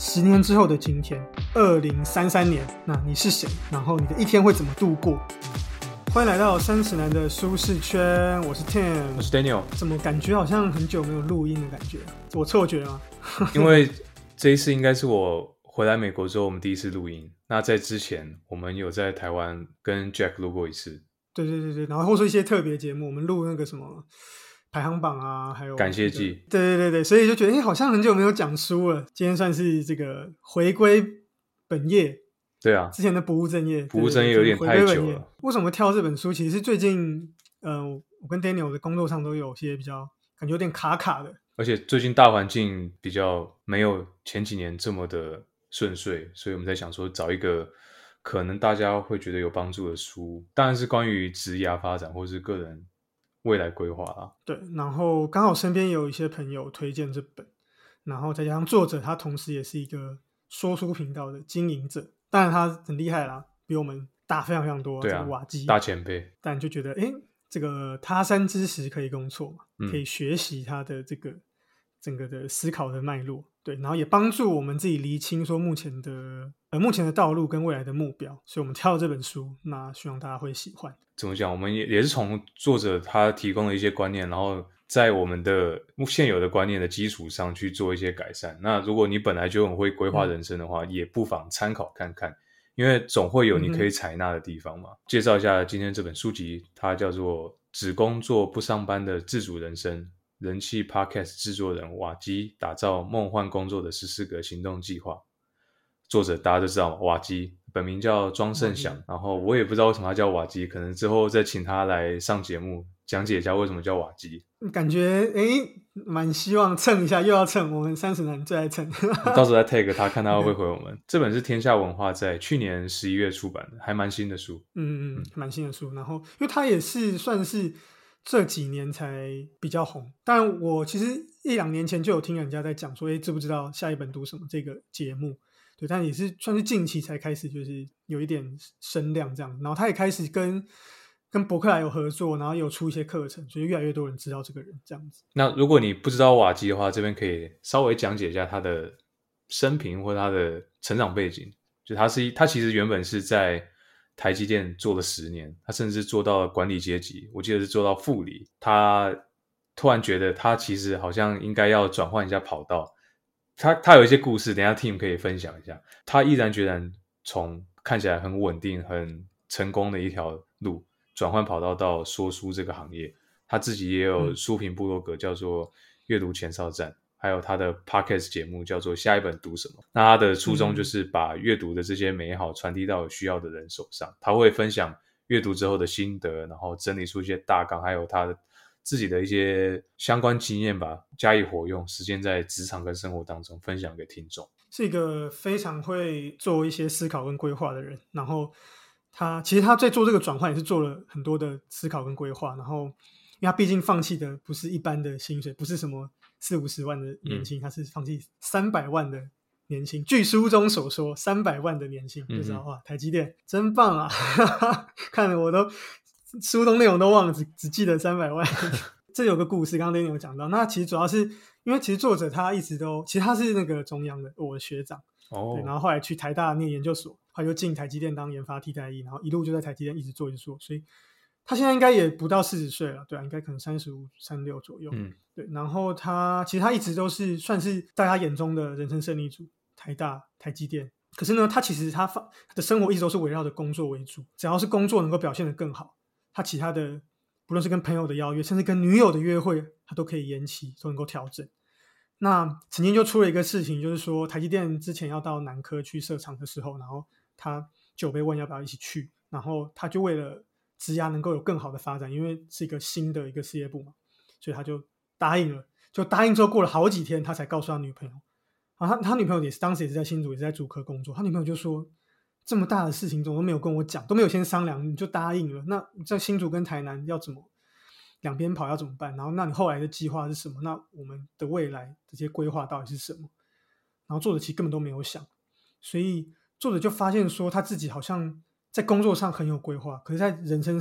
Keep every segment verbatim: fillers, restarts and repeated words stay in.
十年之后的今天，二零三三年，那你是谁？然后你的一天会怎么度过？欢迎来到三十男的舒适圈，我是 Tim， 我是 Daniel。 怎么感觉好像很久没有录音的感觉？我错觉吗？ 因为这一次应该是我回来美国之后我们第一次录音。那在之前，我们有在台湾跟 Jack 录过一次。 对对对对，然后或是一些特别节目，我们录那个什么排行榜啊，还有、那个、 感谢季。 对对对对，所以就觉得哎，好像很久没有讲书了。今天算是这个回归本业。 对啊， 之前的不务正业， 不务正业有点太久了。 为什么会挑这本书？其实是最近，呃，我跟 Daniel 的工作上都有些比较感觉有点卡卡的， 而且最近大环境比较没有前几年这么的顺遂，所以我们在想说找一个可能大家会觉得有帮助的书，当然是关于职业发展或是个人未来规划啦。 对，然后刚好身边有一些朋友推荐这本，然后再加上作者他同时也是一个说书频道的经营者。当然他很厉害啦，比我们大非常非常多， 对啊， 这个瓦基大前辈。 但就觉得诶这个他山之石可以攻错嘛、 嗯、 可以学习他的这个整个的思考的脉络，对，然后也帮助我们自己厘清说目前的呃目前的道路跟未来的目标，所以我们挑了这本书，那希望大家会喜欢。 怎么讲，我们也也是从作者他提供的一些观念，然后在我们的现有的观念的基础上去做一些改善。那如果你本来就很会规划人生的话、嗯、也不妨参考看看，因为总会有你可以采纳的地方嘛、嗯、介绍一下今天这本书籍，它叫做只工作不上班的自主人生，人气 Podcast 制作人瓦基打造梦幻工作的十四个行动计划。作者大家都知道嘛，瓦基本名叫庄胜祥，然后我也不知道为什么他叫瓦基，可能之后再请他来上节目讲解一下为什么叫瓦基。 感觉诶蛮希望蹭一下，又要蹭，我们三十男最爱蹭到时候再 tag 他，看他会不会回我们这本是天下文化在去年十一月出版的，还蛮新的书。 嗯嗯，蛮新的书。然后因为他也是算是这几年才比较红，当然我其实一两年前就有听人家在讲说诶知不知道下一本读什么这个节目，对，但也是算是近期才开始就是有一点声量这样。然后他也开始跟跟博客来有合作，然后有出一些课程，所以越来越多人知道这个人这样子。 那如果你不知道瓦基的话，这边可以稍微讲解一下他的生平或他的成长背景。就他是他其实原本是在台积电做了十年，他甚至做到了管理阶级，我记得是做到副理。他突然觉得他其实好像应该要转换一下跑道。他他有一些故事，等一下 Tim 可以分享一下。他毅然决然从看起来很稳定、很成功的一条路，转换跑道到说书这个行业。他自己也有书评部落格叫做阅读前哨站，还有他的 podcast 节目叫做下一本读什么。那他的初衷就是把阅读的这些美好传递到有需要的人手上。他会分享阅读之后的心得，然后整理出一些大纲，还有他的自己的一些相关经验吧，加以活用，实践在职场跟生活当中，分享给听众。 是一个非常会做一些思考跟规划的人，然后他其实他在做这个转换也是做了很多的思考跟规划，然后因为他毕竟放弃的不是一般的薪水，不是什么四五十万的年薪、嗯、他是放弃三百万的年薪。据书中所说三百万的年薪，就知道、嗯、哇台积电真棒啊看了我都书中内容都忘了，只只记得三百万这有个故事刚刚 Daniel 有讲到，那其实主要是因为其实作者他一直都其实他是那个中央的我的学长、哦、对，然后后来去台大念研究所，后来就进台积电当研发替代役，然后一路就在台积电一直做一直做，所以他现在应该也不到四十岁了，对啊，应该可能三十五、三十六左右。嗯，对。然后他其实他一直都是算是大家眼中的人生胜利组，台大、台积电。可是呢，他其实他的生活一直都是围绕着工作为主，只要是工作能够表现得更好，他其他的不论是跟朋友的邀约，甚至跟女友的约会，他都可以延期，都能够调整。那曾经就出了一个事情，就是说台积电之前要到南科去设厂的时候，然后他就被问要不要一起去，然后他就为了职涯能够有更好的发展，因为是一个新的一个事业部嘛，所以他就答应了。就答应之后过了好几天，他才告诉他女朋友。然后 他, 他女朋友也是当时也是在新竹，也是在竹科工作。他女朋友就说：“这么大的事情怎么都没有跟我讲，都没有先商量，你就答应了？那在新竹跟台南要怎么两边跑要怎么办？然后那你后来的计划是什么？那我们的未来这些规划到底是什么？”然后作者其实根本都没有想，所以作者就发现说他自己好像在工作上很有规划，可是在人生上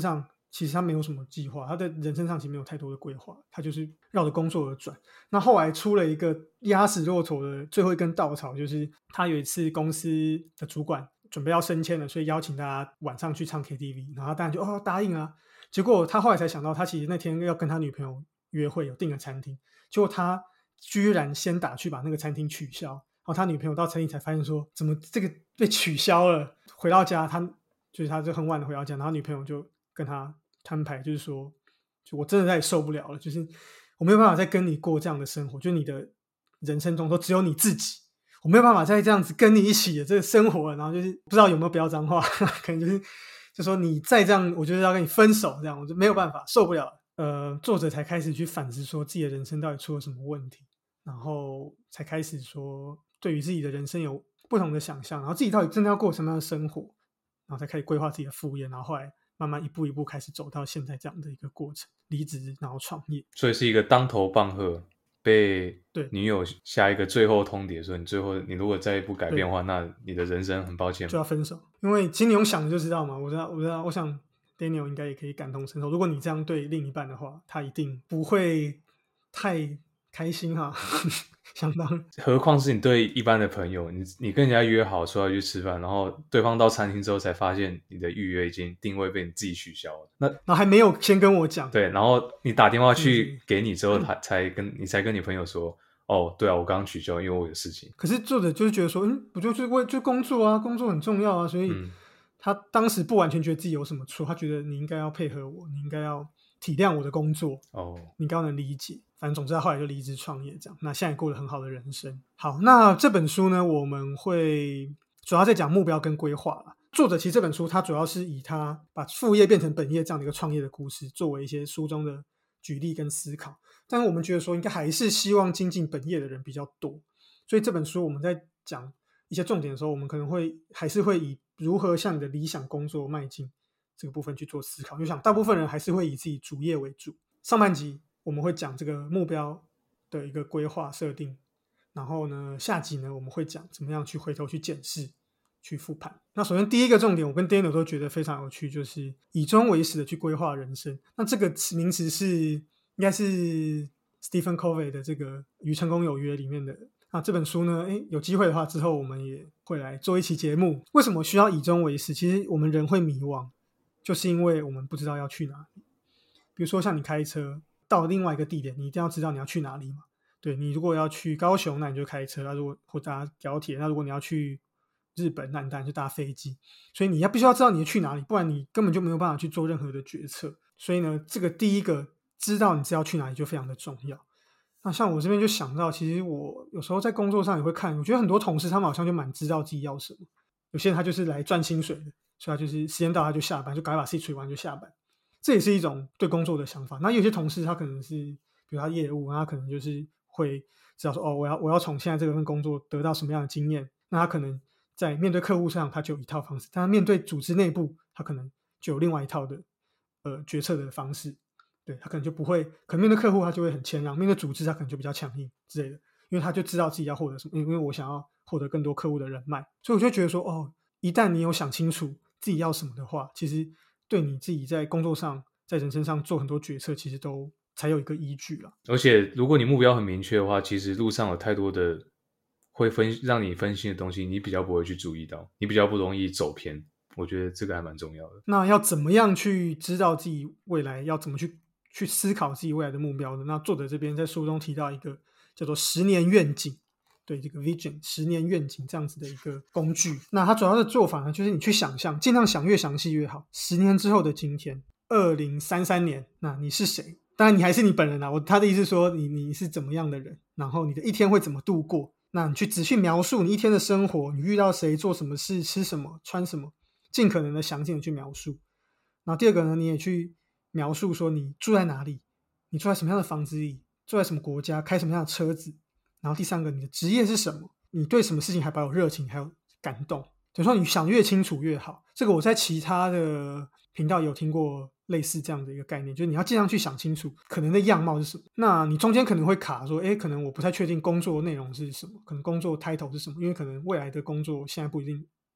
其实他没有什么计划，他的人生上其实没有太多的规划，他就是绕着工作而转。那后来出了一个压死骆驼的最后一根稻草，就是他有一次公司的主管准备要升迁了，所以邀请大家晚上去唱 K T V， 然后当然就哦答应啊。结果他后来才想到，他其实那天要跟他女朋友约会，有订了餐厅，结果他居然先打去把那个餐厅取消，然后他女朋友到餐厅才发现说怎么这个被取消了。回到家他就是他就很晚的回到家，然后女朋友就跟他摊牌，就是说就我真的再也受不了了，就是我没有办法再跟你过这样的生活，就你的人生中都只有你自己，我没有办法再这样子跟你一起的这个生活了。然后就是不知道有没有标脏话可能就是就说你再这样我就是要跟你分手，这样我就没有办法受不了了。呃，作者才开始去反思说自己的人生到底出了什么问题，然后才开始说对于自己的人生有不同的想象，然后自己到底真的要过什么样的生活，然后才开始规划自己的副业，然后后来慢慢一步一步开始走到现在这样的一个过程，离职然后创业。 所以是一个当头棒喝，被对女友下一个最后通牒，说你最后你如果再不改变的话，那你的人生很抱歉就要分手。因为其实你用想的就知道嘛，我知道我知道我想 Daniel 应该也可以感同身受，如果你这样对另一半的话，他一定不会太开心哈相当何况是你对一般的朋友，你你跟人家约好说要去吃饭，然后对方到餐厅之后才发现你的预约已经定位被你自己取消了，那然后还没有先跟我讲， 对，然后你打电话去给你之后，他才跟你才跟你朋友说，哦，对啊，我刚刚取消，因为我有事情。 可是作者就是觉得说，嗯，不就是为就工作啊，工作很重要啊，所以他当时不完全觉得自己有什么错，他觉得你应该要配合我，你应该要体谅我的工作， 哦， 你应该要能理解。反正总之他后来就离职创业这样，那现在也过得很好的人生。好，那这本书呢，我们会主要在讲目标跟规划啦。作者其实这本书他主要是以他把副业变成本业这样的一个创业的故事作为一些书中的举例跟思考，但是我们觉得说应该还是希望精进本业的人比较多，所以这本书我们在讲一些重点的时候，我们可能会还是会以如何向你的理想工作迈进这个部分去做思考。就想大部分人还是会以自己主业为主。上半集我们会讲这个目标的一个规划设定，然后呢下集呢我们会讲怎么样去回头去检视去复盘。那首先第一个重点我跟 Daniel 都觉得非常有趣，就是以终为始的去规划人生。那这个名词是应该是 Stephen Covey 的这个与成功有约里面的。那这本书呢，诶，有机会的话之后我们也会来做一期节目。为什么需要以终为始？其实我们人会迷惘，就是因为我们不知道要去哪里。比如说像你开车到另外一个地点，你一定要知道你要去哪里嘛。对，你如果要去高雄，那你就开车；那如果或搭高铁，那如果你要去日本，那你当然就搭飞机。所以你要必须要知道你要去哪里，不然你根本就没有办法去做任何的决策。所以呢，这个第一个知道你知道去哪里就非常的重要。那像我这边就想到，其实我有时候在工作上也会看，我觉得很多同事他们好像就蛮知道自己要什么。有些人他就是来赚薪水的，所以他就是时间到他就下班，就赶快把事情处理完就下班。这也是一种对工作的想法。那有些同事他可能是比如他业务，他可能就是会知道说，哦，我要我要从现在这份工作得到什么样的经验。那他可能在面对客户上他就有一套方式，但他面对组织内部他可能就有另外一套的呃决策的方式。对，他可能就不会，可能面对客户他就会很谦让，面对组织他可能就比较强硬之类的，因为他就知道自己要获得什么，因为我想要获得更多客户的人脉。所以我就觉得说，哦，一旦你有想清楚自己要什么的话，其实对你自己在工作上在人生上做很多决策其实都才有一个依据啦。 而且如果你目标很明确的话，其实路上有太多的会分让你分心的东西，你比较不会去注意到，你比较不容易走偏。我觉得这个还蛮重要的。 那要怎么样去知道自己未来要怎么去去思考自己未来的目标呢？那作者这边在书中提到一个叫做十年愿景，对，这个 vision 十年愿景这样子的一个工具。那它主要的做法呢，就是你去想象，尽量想越详细越好。十年之后的今天，二零三三年，那你是谁？当然你还是你本人啊。我他的意思是说你你是怎么样的人，然后你的一天会怎么度过。那你去只去描述你一天的生活，你遇到谁，做什么事，吃什么，穿什么，尽可能的详尽的去描述。然后第二个呢，你也去描述说你住在哪里，你住在什么样的房子里，住在什么国家，开什么样的车子。然后第三个，你的职业是什么，你对什么事情还保有热情还有感动。等于说你想越清楚越好。这个我在其他的频道有听过类似这样的一个概念，就是你要尽量去想清楚可能的样貌是什么。那你中间可能会卡说，诶，可能我不太确定工作内容是什么，可能工作 title 是什么，因为可能未来的工作现在不一定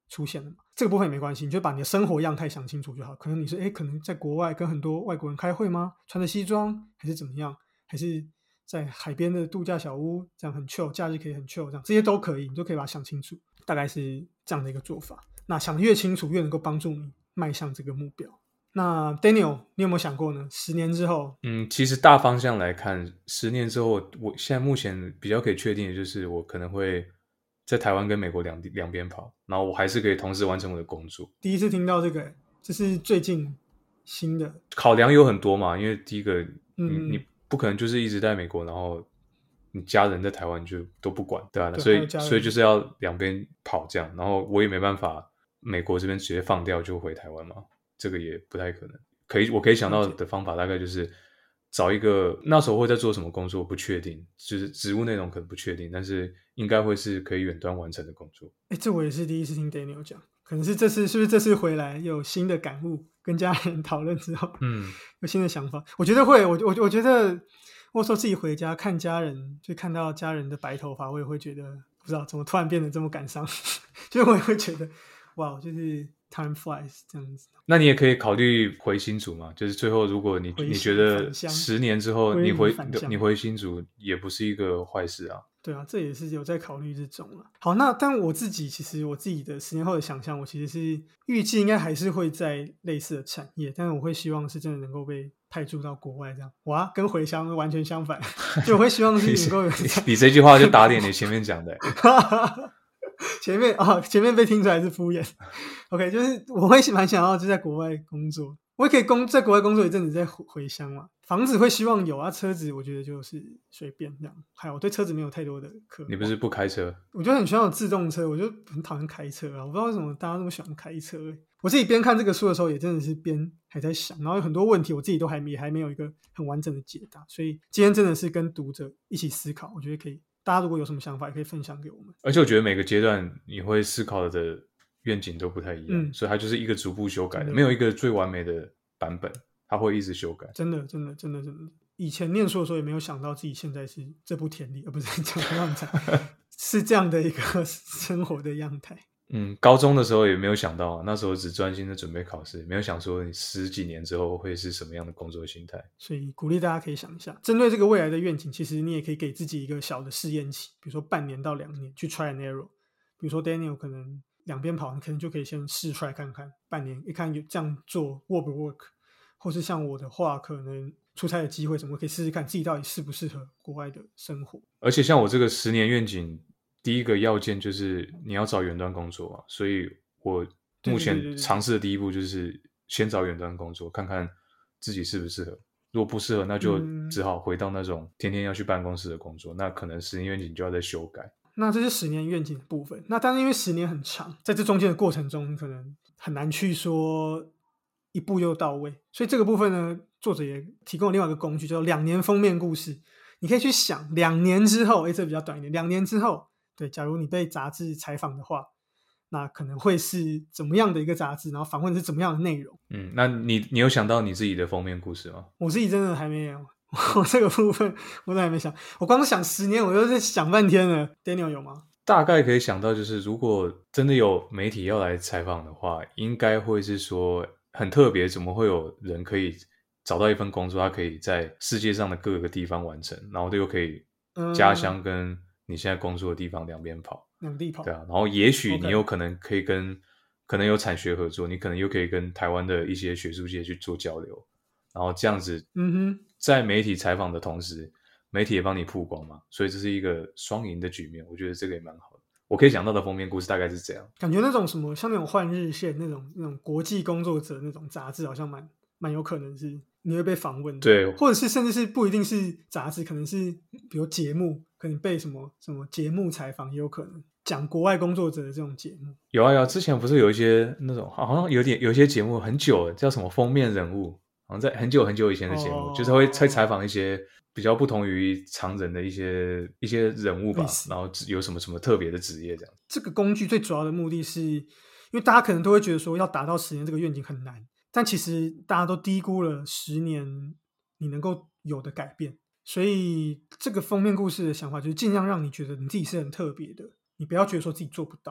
出现了嘛。这个部分也没关系，你就把你的生活样态想清楚就好。可能你是诶可能在国外跟很多外国人开会吗？穿着西装还是怎么样？还是在海边的度假小屋，这样很 chill， 假日可以很 chill， 这样这些都可以，你都可以把它想清楚，大概是这样的一个做法。那想得越清楚，越能够帮助你迈向这个目标。那 Daniel， 你有没有想过呢？十年之后， 嗯，其实大方向来看，十年之后，我现在目前比较可以确定的就是，我可能会在台湾跟美国两地两边跑，然后我还是可以同时完成我的工作。 第一次听到这个，这是最近新的考量有很多嘛，因为第一个，你嗯你不可能就是一直在美国，然后你家人在台湾就都不管，对吧、 对所以还有家人所以就是要两边跑这样，然后我也没办法，美国这边直接放掉就回台湾嘛，这个也不太可能。可以，我可以想到的方法大概就是找一个，那时候会在做什么工作不确定，就是职务内容可能不确定，但是应该会是可以远端完成的工作。 哎，这我也是第一次听 Daniel 讲，可能是这次是不是这次回来有新的感悟，跟家人讨论之后， 嗯， 有新的想法。我觉得会，我我我觉得，我说自己回家看家人，就看到家人的白头发，我也会觉得不知道怎么突然变得这么感伤，就是我也会觉得哇，就是 time flies 这样子。 那你也可以考虑回新竹嘛，就是最后如果你回你觉得返乡十年之后归你回于返乡你回新竹也不是一个坏事啊。 对啊，这也是有在考虑之中了。好，那但我自己其实我自己的十年后的想象，我其实是预计应该还是会在类似的产业，但是我会希望是真的能够被派驻到国外这样。哇，跟回乡完全相反，就我会希望是能够有你你这句话就打脸你前面讲的。 前面啊、哦，前面被听出来是敷衍。OK， 就是我会蛮想要就在国外工作，我也可以工在国外工作一阵子再回回乡嘛。房子会希望有啊，车子我觉得就是随便这样。还有我对车子没有太多的渴望。 你不是不开车？ 我就很喜欢有自动车，我就很讨厌开车啊！我不知道为什么大家那么喜欢开车。我自己边看这个书的时候，也真的是边还在想，然后有很多问题我自己都还没还没有一个很完整的解答，所以今天真的是跟读者一起思考，我觉得可以，大家如果有什么想法，也可以分享给我们。 而且我觉得每个阶段你会思考的愿景都不太一样， 嗯所以它就是一个逐步修改的， 真的没有一个最完美的版本，它会一直修改。 真的，真的，真的，真的，以前念书的时候也没有想到自己现在是这部田里，而不是这样样子，是这样的一个生活的样态。 嗯，高中的时候也没有想到，那时候只专心的准备考试，没有想说你十几年之后会是什么样的工作心态。 所以鼓励大家可以想一下，针对这个未来的愿景，其实你也可以给自己一个小的试验期，比如说半年到两年去 try and error。比如说 Daniel 可能两边跑，你可能就可以先试 try 看看，半年一看有这样做 work 不 work， 或是像我的话，可能出差的机会什么可以试试看自己到底适不适合国外的生活。 而且像我这个十年愿景，第一个要件就是你要找远端工作啊，所以我目前尝试的第一步就是先找远端工作，看看自己适不适合。如果不适合，那就只好回到那种天天要去办公室的工作，那可能十年愿景就要再修改。 那这是十年愿景的部分。那但是因为十年很长，在这中间的过程中，你可能很难去说一步又到位，所以这个部分呢，作者也提供了另外一个工具，叫两年封面故事。你可以去想两年之后，诶，这比较短一点，两年之后，对，假如你被杂志采访的话，那可能会是怎么样的一个杂志，然后访问的是怎么样的内容。 嗯，那你你有想到你自己的封面故事吗？ 我自己真的还没有，我这个部分我都还没想，我光想十年我就在想半天了。Daniel 有吗？ 大概可以想到，就是如果真的有媒体要来采访的话，应该会是说很特别，怎么会有人可以找到一份工作，他可以在世界上的各个地方完成，然后又可以家乡跟你现在工作的地方两边跑， 两地跑， 对啊，然后也许你 OK 有可能可以跟可能有产学合作，你可能又可以跟台湾的一些学术界去做交流，然后这样子， 嗯哼， 在媒体采访的同时，媒体也帮你曝光嘛，所以这是一个双赢的局面，我觉得这个也蛮好的。我可以想到的封面故事大概是这样， 感觉那种什么像那种换日线那种那种国际工作者那种杂志，好像蛮蛮有可能是你会被访问的， 对， 或者是甚至是不一定是杂志，可能是比如节目，可能被什么什么节目采访也有可能。讲国外工作者的这种节目有啊有啊，之前不是有一些那种好像有点有一些节目很久了，叫什么封面人物，好像在很久很久以前的节目， 哦、 就是会会采访一些比较不同于常人的一些一些人物吧，然后有什么什么特别的职业这样。 这个工具最主要的目的是，因为大家可能都会觉得说要达到十年这个愿景很难，但其实大家都低估了十年你能够有的改变，所以这个封面故事的想法就是尽量让你觉得你自己是很特别的。你不要觉得说自己做不到，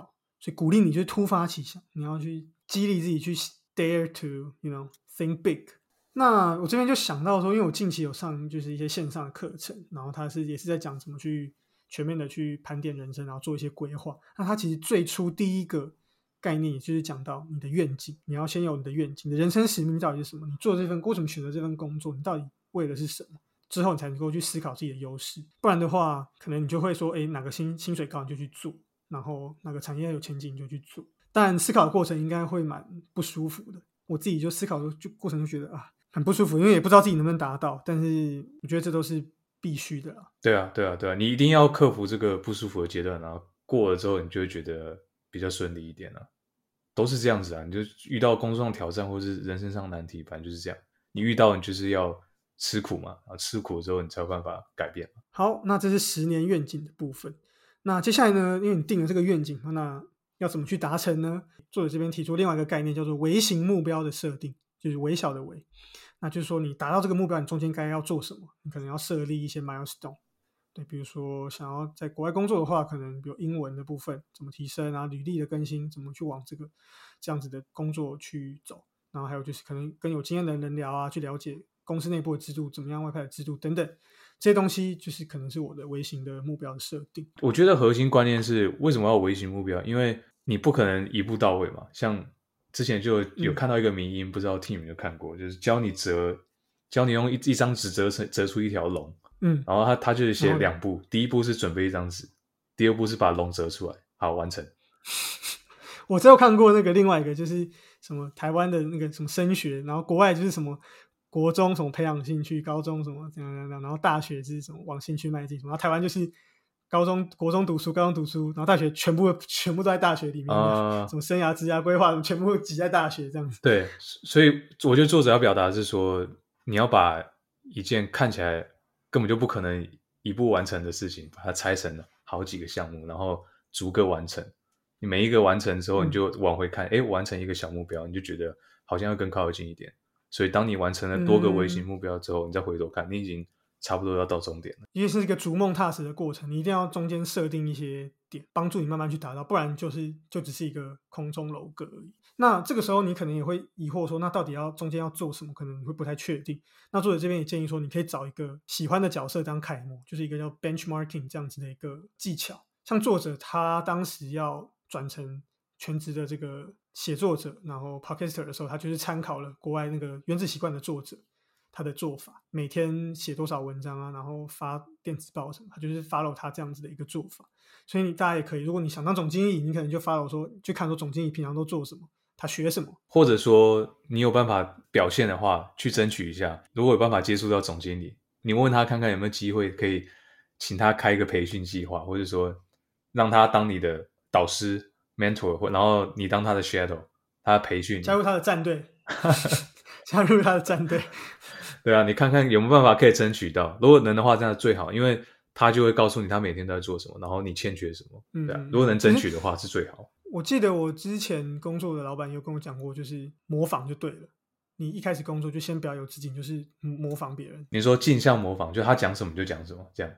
所以鼓励你就是突发奇想，你要去激励自己去 dare to you know think big。那我这边就想到说，因为我近期有上就是一些线上的课程，然后它是也是在讲怎么去全面的去盘点人生，然后做一些规划。那它其实最初第一个概念，也就是讲到你的愿景，你要先有你的愿景，你的人生使命到底是什么？你做这份为什么选择这份工作？你到底为的是什么？之后你才能够去思考自己的优势。不然的话，可能你就会说，哎，哪个薪薪水高你就去做，然后哪个产业有前景你就去做。但思考的过程应该会蛮不舒服的。我自己就思考的就过程就觉得啊。很不舒服，因为也不知道自己能不能达到，但是我觉得这都是必须的啦。 对啊，对啊，对啊，你一定要克服这个不舒服的阶段，然后过了之后，你就会觉得比较顺利一点了。都是这样子啊，你就遇到工作上挑战或是人生上难题，反正就是这样。你遇到你就是要吃苦嘛，啊，吃苦之后你才有办法改变嘛。 好，那这是十年愿景的部分。那接下来呢，因为你定了这个愿景，那要怎么去达成呢？作者这边提出另外一个概念，叫做微型目标的设定，就是微小的微。那就是说，你达到这个目标，你中间该要做什么？你可能要设立一些 milestone， 对，比如说想要在国外工作的话，可能比如英文的部分怎么提升啊，履历的更新怎么去往这个这样子的工作去走，然后还有就是可能跟有经验的人聊啊，去了解公司内部的制度怎么样，外派的制度等等，这些东西就是可能是我的微型的目标的设定。 我觉得核心观念是为什么要微型目标？因为你不可能一步到位嘛，像。之前就有看到一个迷因、嗯、不知道 Tim 有没有看过，就是教你折，教你用一一张纸折成折出一条龙， 嗯， 然后他他就是写两步，第一步是准备一张纸，第二步是把龙折出来，好完成。 我只有看过那个另外一个，就是什么台湾的那个什么升学，然后国外就是什么国中什么培养兴趣，高中什么这样这样，然后大学是什么往兴趣迈进什么，然后台湾就是。高中、国中读书，高中读书，然后大学全部全部都在大学里面，呃、什么生涯、职涯规划，全部挤在大学这样子。 对，所以我觉得作者要表达的是说，你要把一件看起来根本就不可能一步完成的事情，把它拆成了好几个项目，然后逐个完成。你每一个完成之后，你就往回看，哎、嗯，完成一个小目标，你就觉得好像要更靠近一点。所以当你完成了多个微型目标之后，嗯、你再回头看，你已经。差不多要到终点了， 因为是一个逐梦踏实的过程，你一定要中间设定一些点，帮助你慢慢去达到，不然就是就只是一个空中楼阁而已。那这个时候你可能也会疑惑说，那到底要中间要做什么？可能你会不太确定。那作者这边也建议说，你可以找一个喜欢的角色当楷模，就是一个叫 benchmarking 这样子的一个技巧。像作者他当时要转成全职的这个写作者，然后 podcaster 的时候，他就是参考了国外那个原子习惯的作者。他的做法，每天写多少文章啊，然后发电子报什么，他就是 follow 他这样子的一个做法。所以你大家也可以，如果你想当总经理，你可能就 follow 说，去看说总经理平常都做什么，他学什么， 或者说你有办法表现的话，去争取一下。如果有办法接触到总经理，你问他看看有没有机会可以请他开一个培训计划，或者说让他当你的导师 mentor， 或然后你当他的 shadow， 他培训加入他的战队，加入他的战队。 对啊，你看看有没有办法可以争取到，如果能的话，这样最好，因为他就会告诉你他每天都在做什么，然后你欠缺什么，嗯、对啊，如果能争取的话是最好。 我记得我之前工作的老板有跟我讲过，就是模仿就对了。你一开始工作就先不要有自己，就是模仿别人。 你说镜像模仿，就他讲什么就讲什么，这样。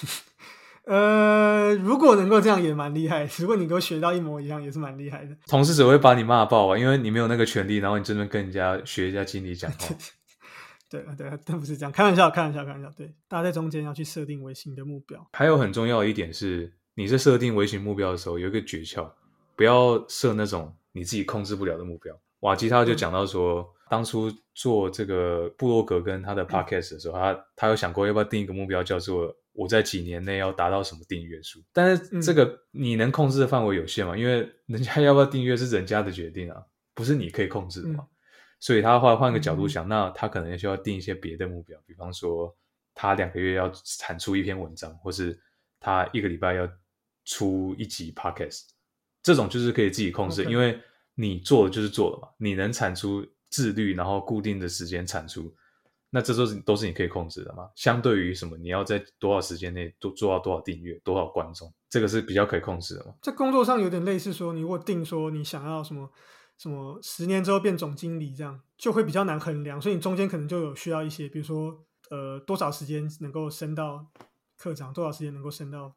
呃，如果能够这样也蛮厉害，如果你给我学到一模一样也是蛮厉害的。 同事只会把你骂爆啊，因为你没有那个权利，然后你真的跟人家学人家经理讲话。 对啊，对啊，但不是这样，开玩笑，开玩笑，开玩笑。对，大家在中间要去设定微型的目标。 还有很重要的一点是，你在设定微型目标的时候，有一个诀窍，不要设那种你自己控制不了的目标。瓦基他就讲到说，嗯、当初做这个部落格跟他的 podcast 的时候，嗯、他他有想过要不要定一个目标，叫做我在几年内要达到什么订阅数。但是这个你能控制的范围有限嘛，因为人家要不要订阅是人家的决定啊，不是你可以控制的嘛。嗯所以他换换个角度想、嗯，那他可能需要定一些别的目标，比方说他两个月要产出一篇文章，或是他一个礼拜要出一集 podcast， 这种就是可以自己控制， okay. 因为你做的就是做了嘛，你能产出自律，然后固定的时间产出，那这都是都是你可以控制的嘛。相对于什么，你要在多少时间内做做到多少订阅、多少观众，这个是比较可以控制的嘛。 在工作上有点类似说，你如果定说你想要什么。什么十年之后变总经理，这样就会比较难衡量，所以你中间可能就有需要一些，比如说呃多少时间能够升到科长，多少时间能够升到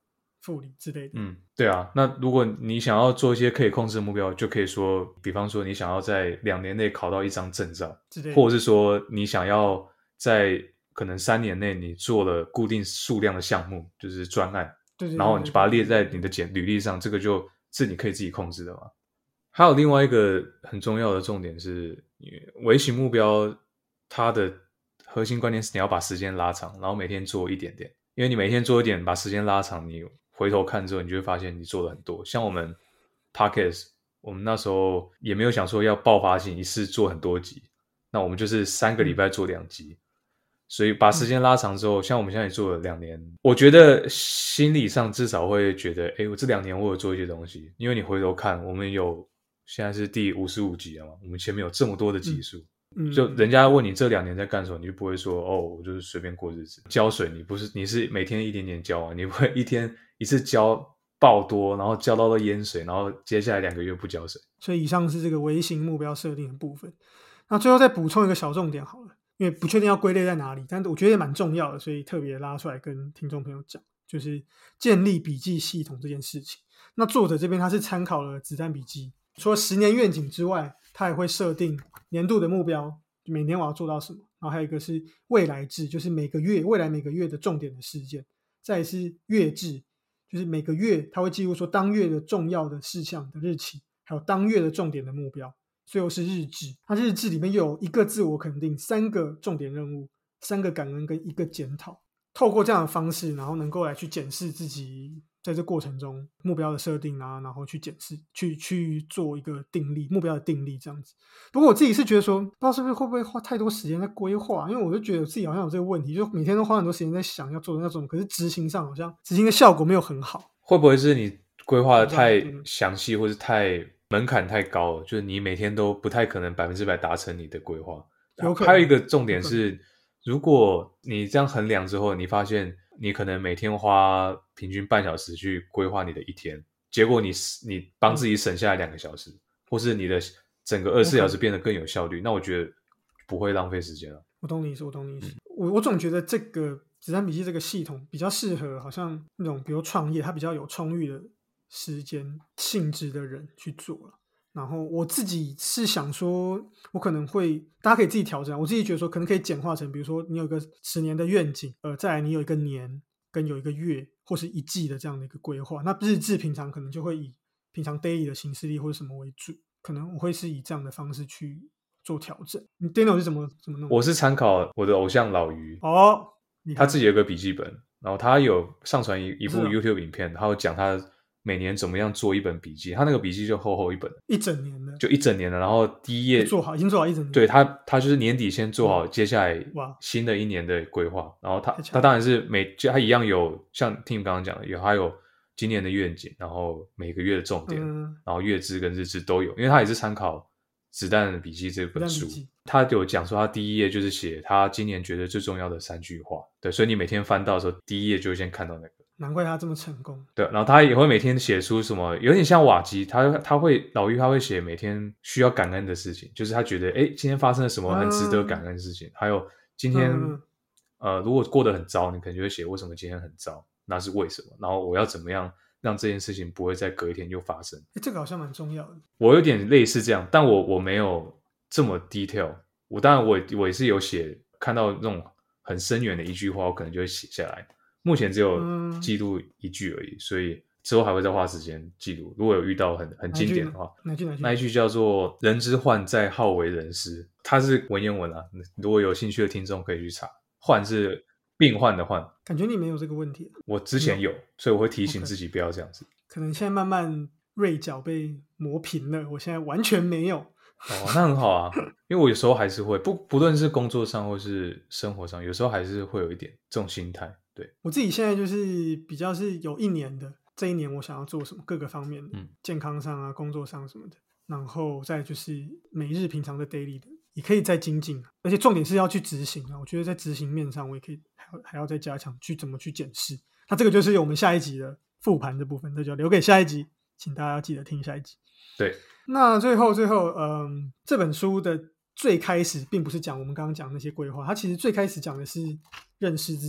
复理之类的。 嗯，对啊。那如果你想要做一些可以控制的目标，就可以说，比方说你想要在两年内考到一张证照，或者是说你想要在可能三年内你做了固定数量的项目，就是专案， 对对对对， 然后你就把它列在你的简履历上，这个就是你可以自己控制的嘛。还有另外一个很重要的重点是，微型目标它的核心观念是你要把时间拉长，然后每天做一点点，因为你每天做一点，把时间拉长，你回头看之后，你就会发现你做了很多。像我们 Podcast， 我们那时候也没有想说要爆发性一次做很多集，那我们就是三个礼拜做两集，嗯、所以把时间拉长之后，嗯、像我们现在也做了两年，我觉得心理上至少会觉得，哎，我这两年我有做一些东西，因为你回头看，我们有现在是第五十五集了嘛，我们前面有这么多的集数。嗯就人家问你这两年在干什么，你就不会说哦，我就是随便过日子。浇水你不是你是每天一点点浇啊，你不会一天一次浇爆多，然后浇到了淹水，然后接下来两个月不浇水。 所以以上是这个微型目标设定的部分。那最后再补充一个小重点好了，因为不确定要归类在哪里，但我觉得也蛮重要的，所以特别拉出来跟听众朋友讲，就是建立笔记系统这件事情。那作者这边他是参考了子弹笔记，除了十年愿景之外，他也会设定年度的目标，每年我要做到什么，然后还有一个是未来制，就是每个月未来每个月的重点的事件，再来是月制，就是每个月他会记录说当月的重要的事项的日期，还有当月的重点的目标，最后是日志。它日志里面又有一个自我肯定，三个重点任务，三个感恩跟一个检讨。透过这样的方式，然后能够来去检视自己在这过程中目标的设定啊，然后去检视去去做一个定力目标的定力这样子。不过我自己是觉得说，不知道是不是会不会花太多时间在规划，因为我就觉得我自己好像有这个问题，就每天都花很多时间在想要做的那种，可是执行上好像执行的效果没有很好。 会不会是你规划的太详细，或是太门槛太高了，就是你每天都不太可能百分之百达成你的规划？ 有可能。 还有一个重点是，如果你这样衡量之后，你发现你可能每天花平均半小时去规划你的一天，结果你你帮自己省下来两个小时，嗯、或是你的整个二十四小时变得更有效率，那我觉得不会浪费时间了。 我懂你意思，我懂你意思。嗯、我我总觉得这个子弹笔记这个系统比较适合，好像那种比如创业，它比较有充裕的时间性质的人去做了。然后我自己是想说，我可能会大家可以自己调整。我自己觉得说，可能可以简化成，比如说你有一个十年的愿景，呃，再来你有一个年跟有一个月或是一季的这样的一个规划。那日志平常可能就会以平常 daily 的行事历或者什么为主，可能我会是以这样的方式去做调整。你 Daniel 是怎么怎么弄？ 我是参考我的偶像老于哦， 他自己有个笔记本，然后他有上传一一部 YouTube 影片，他有讲他每年怎么样做一本笔记，他那个笔记就厚厚一本， 一整年的， 就一整年的，然后第一页做好，已经做好一整年。 对他，他就是年底先做好接下来新的一年的规划，然后他他当然是每就他一样有像 Tim 刚刚讲的，有他有今年的愿景，然后每个月的重点，嗯、然后月志跟日志都有，因为他也是参考子弹笔记这本书，他有讲说他第一页就是写他今年觉得最重要的三句话，对，所以你每天翻到的时候，第一页就会先看到那个。 难怪他这么成功。 对，然后他也会每天写出什么，有点像瓦基，他他会老于他会写每天需要感恩的事情，就是他觉得哎，今天发生了什么很值得感恩的事情，嗯、还有今天、嗯、呃如果过得很糟，你可能就会写为什么今天很糟，那是为什么，然后我要怎么样让这件事情不会在隔一天又发生。 哎，这个好像蛮重要的。 我有点类似这样，但我我没有这么 detail。我当然我我也是有写，看到那种很深远的一句话，我可能就会写下来。目前只有记录一句而已，嗯、所以之后还会再花时间记录。如果有遇到很很经典的话， 哪句哪句？ 那一句叫做“人之患在好为人师”，它是文言文啊。如果有兴趣的听众可以去查。患是病患的患。 感觉你没有这个问题。 我之前有，所以我会提醒自己不要这样子。 Okay. 可能现在慢慢锐角被磨平了，我现在完全没有。 哦，那很好啊，因为我有时候还是会不不论是工作上或是生活上，有时候还是会有一点这种心态。对， 我自己现在就是比较是有一年的，这一年我想要做什么，各个方面的，嗯、健康上啊、工作上什么的，然后再就是每日平常的 daily 的，也可以再精进，而且重点是要去执行啊。我觉得在执行面上，我也可以还要还要再加强，去怎么去检视。那这个就是我们下一集的复盘的部分，这就留给下一集，请大家要记得听下一集。 对。 那最后最后嗯，这本书的最开始并不是讲我们刚刚讲那些规划，它其实最开始讲的是认识自己，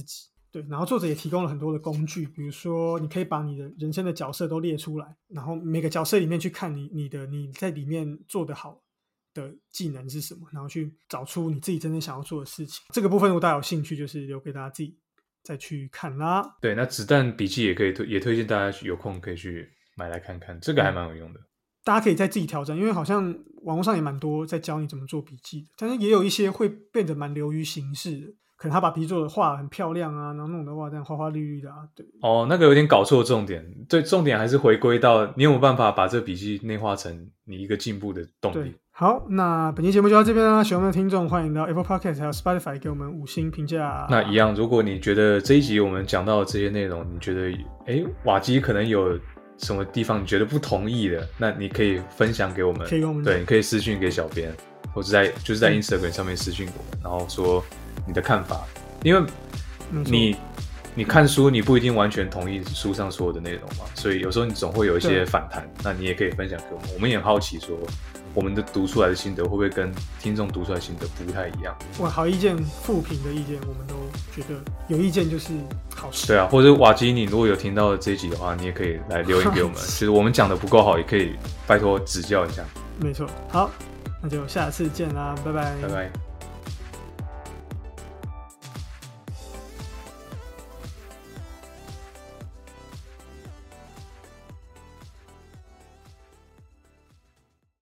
对，然后作者也提供了很多的工具，比如说你可以把你的人生的角色都列出来，然后每个角色里面去看你你的你在里面做得好的技能是什么，然后去找出你自己真正想要做的事情。这个部分如果大家有兴趣，就是留给大家自己再去看啦。 对，那子弹笔记也可以推，也推荐大家有空可以去买来看看，这个还蛮有用的。嗯， 大家可以再自己调整，因为好像网络上也蛮多在教你怎么做笔记的，但是也有一些会变得蛮流于形式的，可能他把笔记做的画很漂亮啊，然后弄得哇这样花花绿绿的啊。对， 哦，那个有点搞错重点，对，重点还是回归到你有没有办法把这笔记内化成你一个进步的动力。 好，那本期节目就到这边啦，喜欢我们的听众欢迎到 Apple Podcast 还有 Spotify 给我们五星评价。 那一样，如果你觉得这一集我们讲到的这些内容，你觉得诶瓦基可能有什么地方你觉得不同意的，那你可以分享给我们， 可以跟我们对，你可以私讯给小编，或者在就是在 Instagram 上面私讯我们，然后说你的看法，因为你你看书你不一定完全同意书上所有的内容嘛，所以有时候你总会有一些反弹，那你也可以分享给我们，我们也很好奇说我们的读出来的心得会不会跟听众读出来的心得不太一样。 哇，好意见负评的意见我们都觉得有意见就是好事。 对啊，或者瓦基你如果有听到这一集的话，你也可以来留言给我们其实我们讲的不够好也可以拜托指教一下。 没错，好，那就下次见啦，拜拜拜拜。